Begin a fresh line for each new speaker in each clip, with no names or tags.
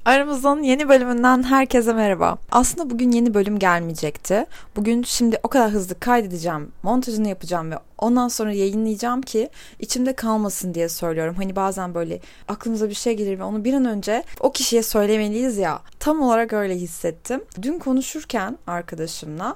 Aramızın yeni bölümünden herkese merhaba. Aslında bugün yeni bölüm gelmeyecekti. Bugün şimdi o kadar hızlı kaydedeceğim, montajını yapacağım ve ondan sonra yayınlayacağım ki içimde kalmasın diye söylüyorum. Hani bazen böyle aklımıza bir şey gelir ve onu bir an önce o kişiye söylemeliyiz ya. Tam olarak öyle hissettim. Dün konuşurken arkadaşımla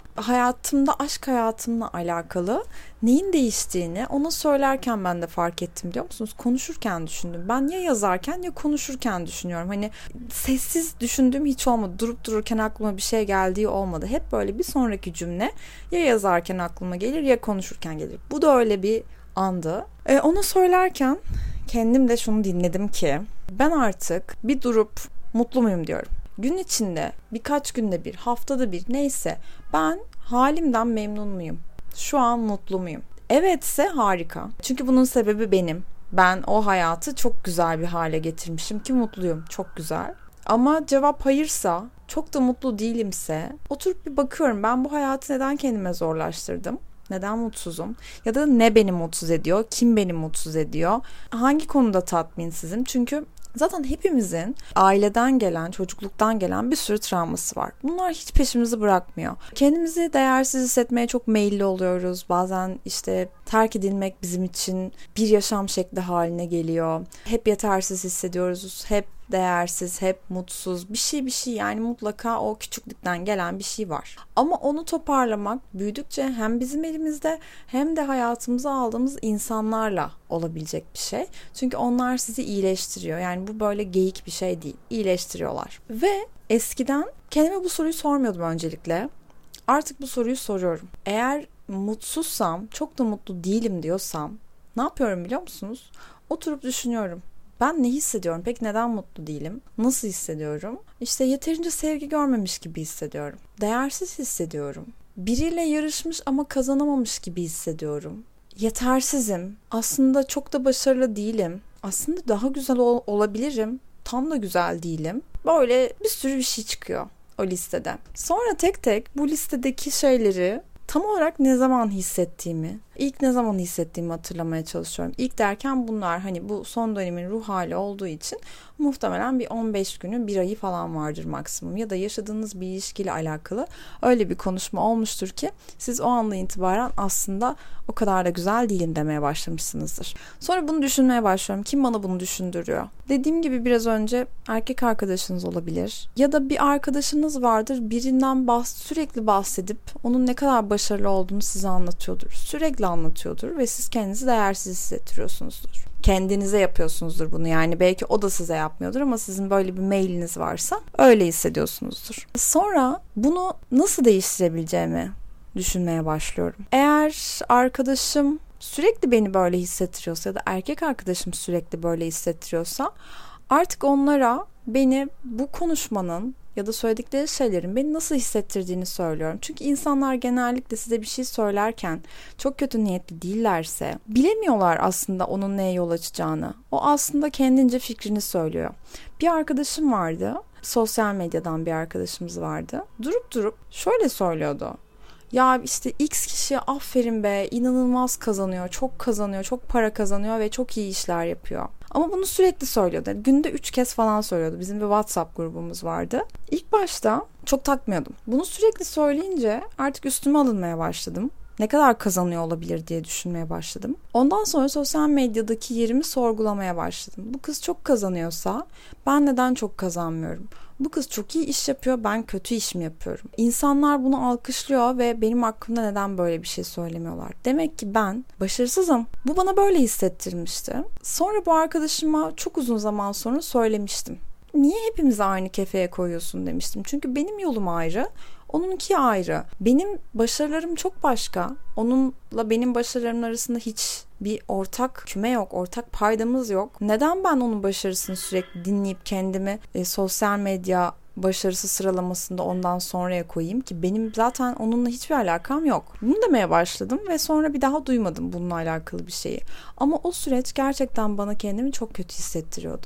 aşk hayatımla alakalı neyin değiştiğini ona söylerken ben de fark ettim, biliyor musunuz? Konuşurken düşündüm. Ben ya yazarken ya konuşurken düşünüyorum. Hani sessiz düşündüğüm hiç olmadı. Durup dururken aklıma bir şey geldiği olmadı. Hep böyle bir sonraki cümle ya yazarken aklıma gelir ya konuşurken gelir. Bu da öyle bir andı. Onu söylerken kendim de şunu dinledim ki ben artık bir durup mutlu muyum diyorum. Gün içinde, birkaç günde bir, haftada bir, neyse ben halimden memnun muyum? Şu an mutlu muyum? Evetse harika. Çünkü bunun sebebi benim. Ben o hayatı çok güzel bir hale getirmişim ki mutluyum. Çok güzel. Ama cevap hayırsa, çok da mutlu değilimse oturup bir bakıyorum, ben bu hayatı neden kendime zorlaştırdım? Neden mutsuzum? Ya da ne beni mutsuz ediyor? Kim beni mutsuz ediyor? Hangi konuda tatminsizim? Çünkü zaten hepimizin aileden gelen, çocukluktan gelen bir sürü travması var. Bunlar hiç peşimizi bırakmıyor. Kendimizi değersiz hissetmeye çok meyilli oluyoruz. Bazen işte terk edilmek bizim için bir yaşam şekli haline geliyor. Hep yetersiz hissediyoruz. Hep değersiz, hep mutsuz. Bir şey yani mutlaka o küçüklükten gelen bir şey var. Ama onu toparlamak büyüdükçe hem bizim elimizde hem de hayatımıza aldığımız insanlarla olabilecek bir şey. Çünkü onlar sizi iyileştiriyor. Yani bu böyle geyik bir şey değil. İyileştiriyorlar. Ve eskiden kendime bu soruyu sormuyordum öncelikle. Artık bu soruyu soruyorum. Eğer mutsuzsam, çok da mutlu değilim diyorsam ne yapıyorum biliyor musunuz? Oturup düşünüyorum. Ben ne hissediyorum? Peki neden mutlu değilim? Nasıl hissediyorum? İşte yeterince sevgi görmemiş gibi hissediyorum. Değersiz hissediyorum. Biriyle yarışmış ama kazanamamış gibi hissediyorum. Yetersizim. Aslında çok da başarılı değilim. Aslında daha güzel olabilirim. Tam da güzel değilim. Böyle bir sürü bir şey çıkıyor o listede. Sonra tek tek bu listedeki şeyleri tam olarak ne zaman hissettiğimi, ilk ne zaman hissettiğimi hatırlamaya çalışıyorum. İlk derken bunlar hani bu son dönemin ruh hali olduğu için muhtemelen bir 15 günü, bir ayı falan vardır maksimum. Ya da yaşadığınız bir ilişkiyle alakalı öyle bir konuşma olmuştur ki siz o andan itibaren aslında o kadar da güzel değilim demeye başlamışsınızdır. Sonra bunu düşünmeye başlıyorum. Kim bana bunu düşündürüyor? Dediğim gibi biraz önce erkek arkadaşınız olabilir. Ya da bir arkadaşınız vardır, birinden sürekli bahsedip onun ne kadar başarılı olduğunu size anlatıyordur. Sürekli anlatıyordur ve siz kendinizi değersiz hissettiriyorsunuzdur. Kendinize yapıyorsunuzdur bunu, yani belki o da size yapmıyordur ama sizin böyle bir mailiniz varsa öyle hissediyorsunuzdur. Sonra bunu nasıl değiştirebileceğimi düşünmeye başlıyorum. Eğer arkadaşım sürekli beni böyle hissettiriyorsa ya da erkek arkadaşım sürekli böyle hissettiriyorsa artık onlara beni bu konuşmanın ya da söyledikleri şeylerin beni nasıl hissettirdiğini söylüyorum. Çünkü insanlar genellikle size bir şey söylerken çok kötü niyetli değillerse bilemiyorlar aslında onun neye yol açacağını. O aslında kendince fikrini söylüyor. Bir arkadaşım vardı. Sosyal medyadan bir arkadaşımız vardı. Durup şöyle söylüyordu. Ya işte X kişi aferin be, inanılmaz kazanıyor, çok kazanıyor, çok para kazanıyor ve çok iyi işler yapıyor. Ama bunu sürekli söylüyordu. Günde 3 kez falan söylüyordu. Bizim bir WhatsApp grubumuz vardı. İlk başta çok takmıyordum. Bunu sürekli söyleyince artık üstüme alınmaya başladım. Ne kadar kazanıyor olabilir diye düşünmeye başladım. Ondan sonra sosyal medyadaki yerimi sorgulamaya başladım. Bu kız çok kazanıyorsa ben neden çok kazanmıyorum? Bu kız çok iyi iş yapıyor, ben kötü iş mi yapıyorum? İnsanlar bunu alkışlıyor ve benim hakkımda neden böyle bir şey söylemiyorlar? Demek ki ben başarısızım. Bu bana böyle hissettirmişti. Sonra bu arkadaşıma çok uzun zaman sonra söylemiştim. Niye hepimizi aynı kefeye koyuyorsun demiştim. Çünkü benim yolum ayrı, onunki ayrı. Benim başarılarım çok başka. Onunla benim başarılarım arasında hiç bir ortak küme yok, ortak paydamız yok. Neden ben onun başarısını sürekli dinleyip kendimi sosyal medya başarısı sıralamasında ondan sonraya koyayım ki benim zaten onunla hiçbir alakam yok. Bunu demeye başladım ve sonra bir daha duymadım bununla alakalı bir şeyi. Ama o süreç gerçekten bana kendimi çok kötü hissettiriyordu.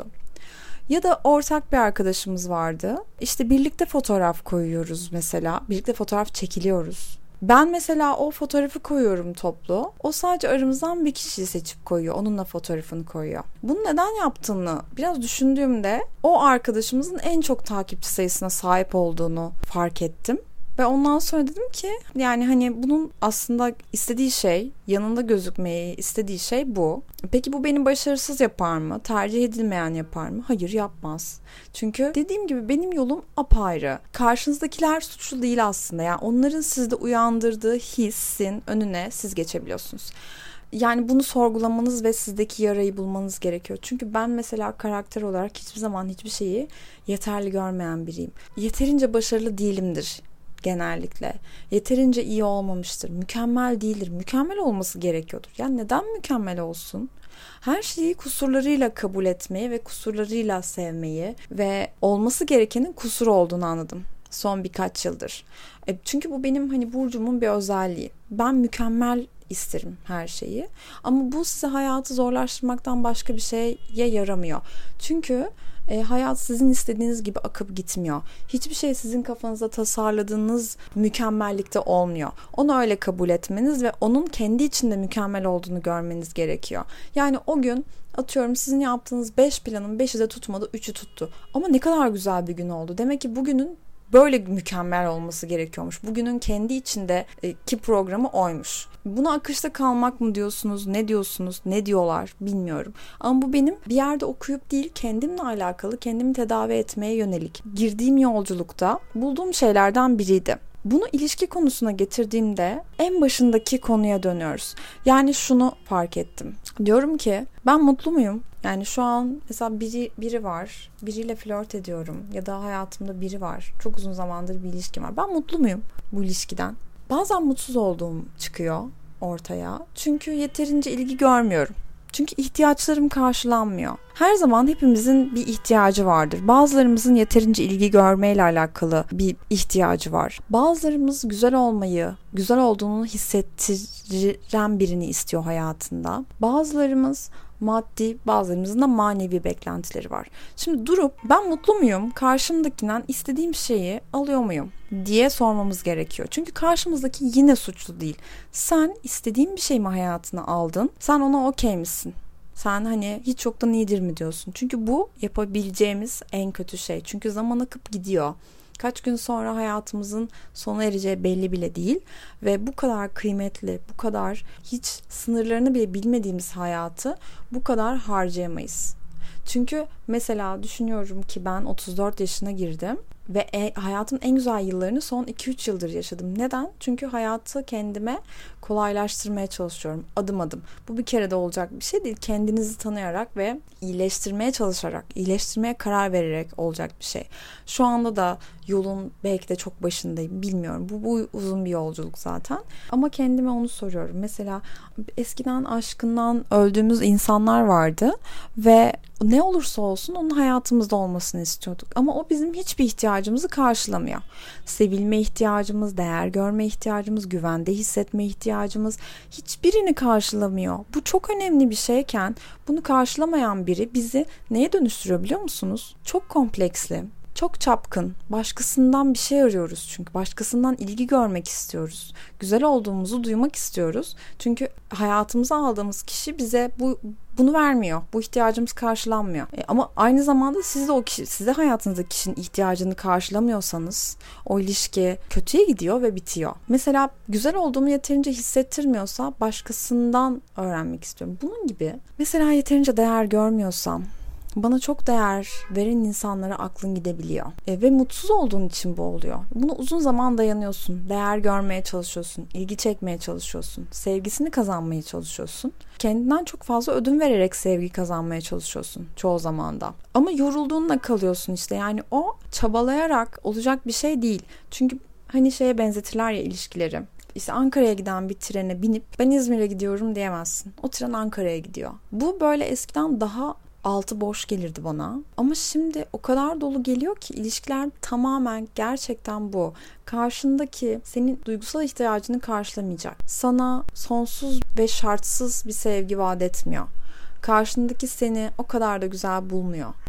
Ya da ortak bir arkadaşımız vardı. İşte birlikte fotoğraf koyuyoruz mesela. Birlikte fotoğraf çekiliyoruz. Ben mesela o fotoğrafı koyuyorum toplu. O sadece aramızdan bir kişiyi seçip koyuyor. Onunla fotoğrafını koyuyor. Bunu neden yaptığını biraz düşündüğümde o arkadaşımızın en çok takipçi sayısına sahip olduğunu fark ettim. Ve ondan sonra dedim ki yani hani bunun aslında istediği şey, yanında gözükmeyi istediği şey bu. Peki bu beni başarısız yapar mı? Tercih edilmeyen yapar mı? Hayır, yapmaz. Çünkü dediğim gibi benim yolum apayrı. Karşınızdakiler suçlu değil aslında. Yani onların sizde uyandırdığı hissin önüne siz geçebiliyorsunuz. Yani bunu sorgulamanız ve sizdeki yarayı bulmanız gerekiyor. Çünkü ben mesela karakter olarak hiçbir zaman hiçbir şeyi yeterli görmeyen biriyim. Yeterince başarılı değilimdir. Genellikle. Yeterince iyi olmamıştır. Mükemmel değildir. Mükemmel olması gerekiyordur. Yani neden mükemmel olsun? Her şeyi kusurlarıyla kabul etmeyi ve kusurlarıyla sevmeyi ve olması gerekenin kusur olduğunu anladım son birkaç yıldır. Çünkü bu benim hani burcumun bir özelliği. Ben mükemmel isterim her şeyi. Ama bu size hayatı zorlaştırmaktan başka bir şeye yaramıyor. Çünkü hayat sizin istediğiniz gibi akıp gitmiyor. Hiçbir şey sizin kafanızda tasarladığınız mükemmellikte olmuyor. Onu öyle kabul etmeniz ve onun kendi içinde mükemmel olduğunu görmeniz gerekiyor. Yani o gün atıyorum sizin yaptığınız 5 planın 5'i de tutmadı, 3'ü tuttu. Ama ne kadar güzel bir gün oldu. Demek ki bugünün böyle mükemmel olması gerekiyormuş. Bugünün kendi içindeki programı oymuş. Buna akışta kalmak mı diyorsunuz, ne diyorsunuz, ne diyorlar bilmiyorum. Ama bu benim bir yerde okuyup değil, kendimle alakalı, kendimi tedavi etmeye yönelik girdiğim yolculukta bulduğum şeylerden biriydi. Bunu ilişki konusuna getirdiğimde en başındaki konuya dönüyoruz. Yani şunu fark ettim. Diyorum ki ben mutlu muyum? Yani şu an mesela biri var, biriyle flört ediyorum ya da hayatımda biri var. Çok uzun zamandır bir ilişkim var. Ben mutlu muyum bu ilişkiden? Bazen mutsuz olduğum çıkıyor ortaya. Çünkü yeterince ilgi görmüyorum. Çünkü ihtiyaçlarım karşılanmıyor. Her zaman hepimizin bir ihtiyacı vardır. Bazılarımızın yeterince ilgi görmeyle alakalı bir ihtiyacı var. Bazılarımız güzel olmayı, güzel olduğunu hissettiren birini istiyor hayatında. Bazılarımız maddi, bazılarımızın da manevi beklentileri var. Şimdi durup ben mutlu muyum, karşımdakinden istediğim şeyi alıyor muyum diye sormamız gerekiyor. Çünkü karşımızdaki yine suçlu değil. Sen istediğin bir şey mi hayatına aldın? Sen ona okey misin? Sen hani hiç yoktan iyidir mi diyorsun? Çünkü bu yapabileceğimiz en kötü şey. Çünkü zaman akıp gidiyor. Kaç gün sonra hayatımızın sona ereceği belli bile değil ve bu kadar kıymetli, bu kadar hiç sınırlarını bile bilmediğimiz hayatı bu kadar harcayamayız. Çünkü mesela düşünüyorum ki ben 34 yaşına girdim ve hayatımın en güzel yıllarını son 2-3 yıldır yaşadım. Neden? Çünkü hayatı kendime kolaylaştırmaya çalışıyorum adım adım. Bu bir kere de olacak bir şey değil. Kendinizi tanıyarak ve iyileştirmeye çalışarak, iyileştirmeye karar vererek olacak bir şey. Şu anda da yolun belki de çok başındayım, bilmiyorum. Bu uzun bir yolculuk zaten. Ama kendime onu soruyorum. Mesela eskiden aşkından öldüğümüz insanlar vardı ve ne olursa olsun onun hayatımızda olmasını istiyorduk. Ama o bizim hiçbir ihtiyacımızı karşılamıyor. Sevilme ihtiyacımız, değer görme ihtiyacımız, güvende hissetme ihtiyacımız hiçbirini karşılamıyor. Bu çok önemli bir şeyken bunu karşılamayan biri bizi neye dönüştürüyor biliyor musunuz? Çok kompleksli, çok çapkın, başkasından bir şey arıyoruz çünkü. Başkasından ilgi görmek istiyoruz. Güzel olduğumuzu duymak istiyoruz. Çünkü hayatımıza aldığımız kişi bize bunu vermiyor. Bu ihtiyacımız karşılanmıyor. Ama aynı zamanda siz de hayatınızdaki kişinin ihtiyacını karşılamıyorsanız o ilişki kötüye gidiyor ve bitiyor. Mesela güzel olduğumu yeterince hissettirmiyorsa başkasından öğrenmek istiyorum. Bunun gibi. Mesela yeterince değer görmüyorsam, bana çok değer veren insanlara aklın gidebiliyor. Ve mutsuz olduğun için bu oluyor. Buna uzun zaman dayanıyorsun. Değer görmeye çalışıyorsun. İlgi çekmeye çalışıyorsun. Sevgisini kazanmaya çalışıyorsun. Kendinden çok fazla ödün vererek sevgi kazanmaya çalışıyorsun çoğu zamanda. Ama yorulduğunla kalıyorsun işte. Yani o çabalayarak olacak bir şey değil. Çünkü hani şeye benzetirler ya ilişkileri. İşte Ankara'ya giden bir trene binip ben İzmir'e gidiyorum diyemezsin. O tren Ankara'ya gidiyor. Bu böyle eskiden daha altı boş gelirdi bana. Ama şimdi o kadar dolu geliyor ki ilişkiler tamamen gerçekten bu. Karşındaki senin duygusal ihtiyacını karşılamayacak. Sana sonsuz ve şartsız bir sevgi vaat etmiyor. Karşındaki seni o kadar da güzel bulmuyor.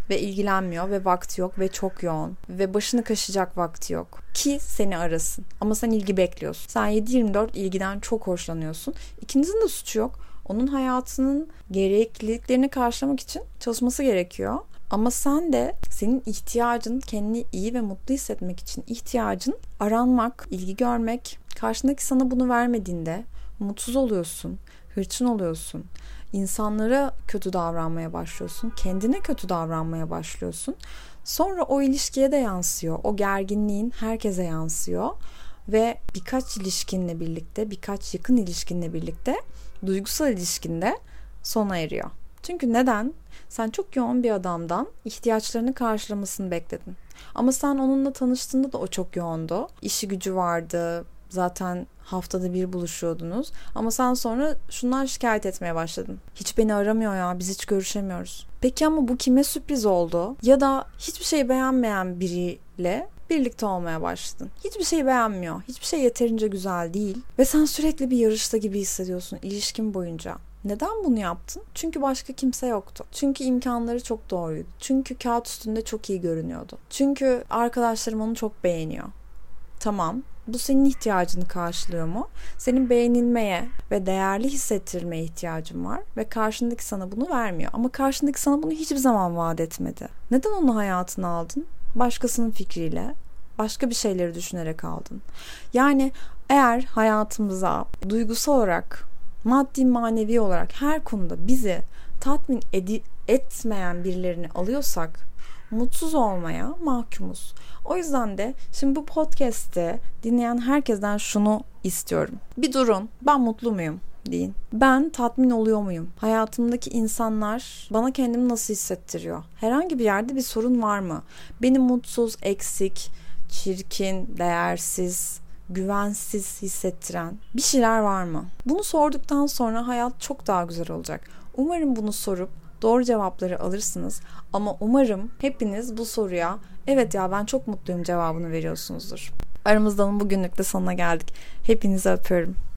ve ilgilenmiyor ve vakti yok ve çok yoğun ve başını kaşıyacak vakti yok ki seni arasın. Ama sen ilgi bekliyorsun. Sen 7/24 ilgiden çok hoşlanıyorsun. İkinizin de suçu yok. Onun hayatının gerekliliklerini karşılamak için çalışması gerekiyor. Ama sen de senin ihtiyacın, kendini iyi ve mutlu hissetmek için ihtiyacın aranmak, ilgi görmek. Karşındaki sana bunu vermediğinde mutsuz oluyorsun, hırçın oluyorsun. İnsanlara kötü davranmaya başlıyorsun, kendine kötü davranmaya başlıyorsun. Sonra o ilişkiye de yansıyor. O gerginliğin herkese yansıyor. Ve birkaç ilişkinle birlikte, birkaç yakın ilişkinle birlikte duygusal ilişkinde sona eriyor. Çünkü neden? Sen çok yoğun bir adamdan ihtiyaçlarını karşılamasını bekledin. Ama sen onunla tanıştığında da o çok yoğundu. İşi gücü vardı. Zaten haftada bir buluşuyordunuz. Ama sen sonra şundan şikayet etmeye başladın. Hiç beni aramıyor ya, biz hiç görüşemiyoruz. Peki ama bu kime sürpriz oldu? Ya da hiçbir şey beğenmeyen biriyle birlikte olmaya başladın. Hiçbir şey beğenmiyor. Hiçbir şey yeterince güzel değil. Ve sen sürekli bir yarışta gibi hissediyorsun ilişkin boyunca. Neden bunu yaptın? Çünkü başka kimse yoktu. Çünkü imkanları çok doğruydu. Çünkü kağıt üstünde çok iyi görünüyordu. Çünkü arkadaşlarım onu çok beğeniyor. Tamam. Bu senin ihtiyacını karşılıyor mu? Senin beğenilmeye ve değerli hissettirmeye ihtiyacın var ve karşındaki sana bunu vermiyor. Ama karşındaki sana bunu hiçbir zaman vaat etmedi. Neden onu hayatına aldın? Başkasının fikriyle, başka bir şeyleri düşünerek aldın. Yani eğer hayatımıza duygusal olarak, maddi manevi olarak her konuda bizi tatmin etmeyen birilerini alıyorsak mutsuz olmaya mahkumuz. O yüzden de şimdi bu podcast'te dinleyen herkesten şunu istiyorum. Bir durun, ben mutlu muyum deyin. Ben tatmin oluyor muyum? Hayatımdaki insanlar bana kendimi nasıl hissettiriyor? Herhangi bir yerde bir sorun var mı? Beni mutsuz, eksik, çirkin, değersiz, güvensiz hissettiren bir şeyler var mı? Bunu sorduktan sonra hayat çok daha güzel olacak. Umarım bunu sorup doğru cevapları alırsınız. Ama umarım hepiniz bu soruya evet ya ben çok mutluyum cevabını veriyorsunuzdur. Aramızdanın bugünlük de sonuna geldik. Hepinizi öpüyorum.